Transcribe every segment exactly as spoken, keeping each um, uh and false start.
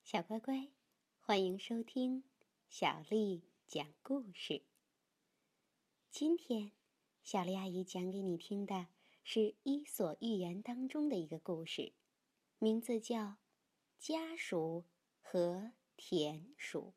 小乖乖，欢迎收听小丽讲故事。今天，小丽阿姨讲给你听的是《伊索寓言》当中的一个故事，名字叫《家鼠和田鼠》。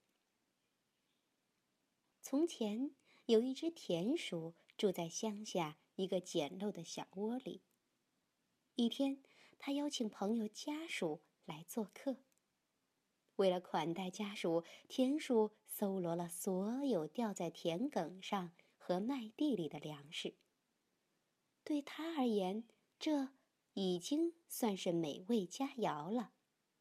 从前，有一只田鼠住在乡下一个简陋的小窝里。一天，他邀请朋友家鼠来做客。为了款待家鼠，田鼠搜罗了所有掉在田埂上和麦地里的粮食。对他而言，这已经算是美味佳肴了。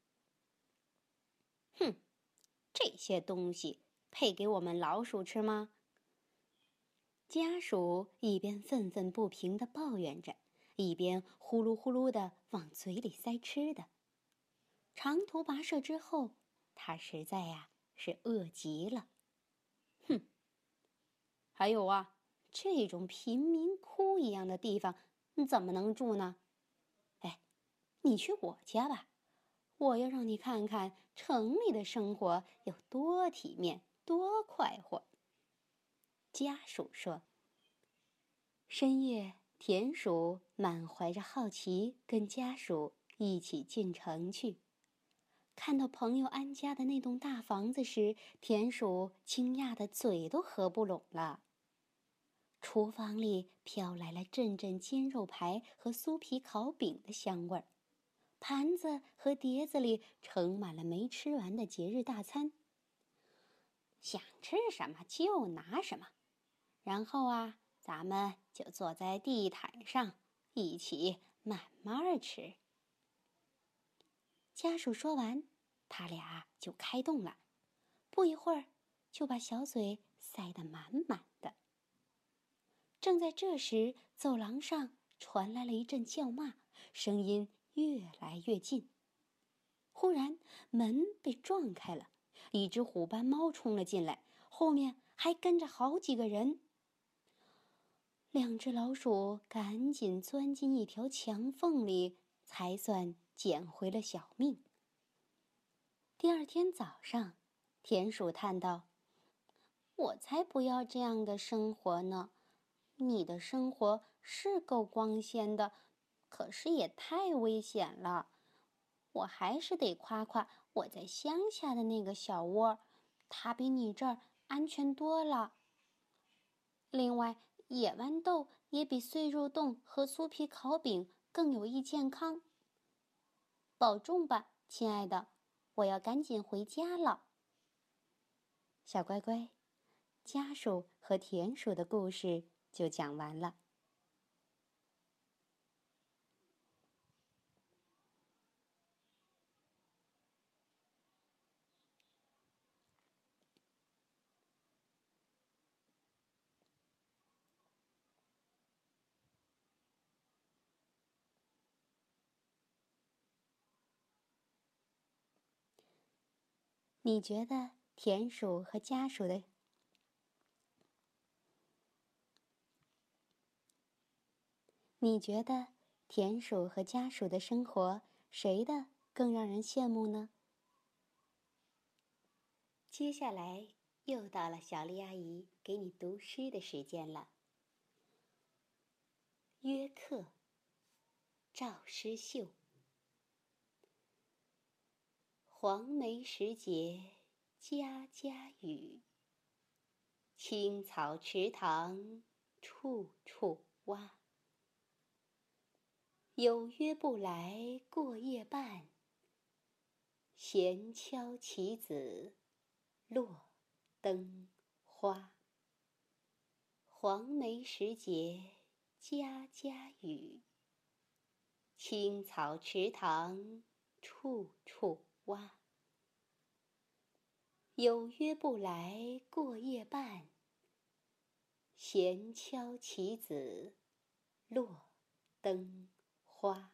哼，这些东西配给我们老鼠吃吗？家鼠一边愤愤不平地抱怨着，一边呼噜呼噜地往嘴里塞吃的。长途跋涉之后，他实在呀、啊、是饿极了。哼！还有啊，这种贫民窟一样的地方，怎么能住呢？哎，你去我家吧，我要让你看看城里的生活有多体面，多快活。家鼠说。深夜，田鼠满怀着好奇，跟家鼠一起进城去。看到朋友安家的那栋大房子时，田鼠惊讶的嘴都合不拢了。厨房里飘来了阵阵煎肉排和酥皮烤饼的香味儿，盘子和碟子里盛满了没吃完的节日大餐。想吃什么就拿什么，然后啊，咱们就坐在地毯上，一起慢慢吃。家鼠说完，他俩就开动了，不一会儿就把小嘴塞得满满的。正在这时，走廊上传来了一阵叫骂，声音越来越近。忽然，门被撞开了，一只虎斑猫冲了进来，后面还跟着好几个人。两只老鼠赶紧钻进一条墙缝里，才算捡回了小命。第二天早上，田鼠叹道：“我才不要这样的生活呢！你的生活是够光鲜的，可是也太危险了。我还是得夸夸我在乡下的那个小窝，它比你这儿安全多了。另外，野豌豆也比碎肉冻和酥皮烤饼更有益健康。保重吧，亲爱的，我要赶紧回家了。”小乖乖，家鼠和田鼠的故事就讲完了。你觉得田鼠和家鼠的你觉得田鼠和家鼠的生活，谁的更让人羡慕呢？接下来又到了小丽阿姨给你读诗的时间了。约克，赵诗秀。黄梅时节家家雨，青草池塘处处蛙。有约不来过夜半，闲敲棋子落灯花。黄梅时节家家雨，青草池塘处处蛙。有约不来过夜半，闲敲棋子落灯花。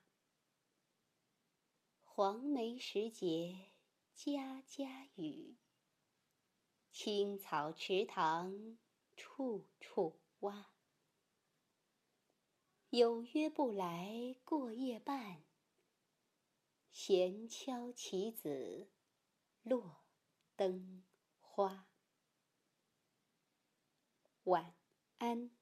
黄梅时节家家雨，青草池塘处处蛙。有约不来过夜半，闲敲棋子落灯花。晚安。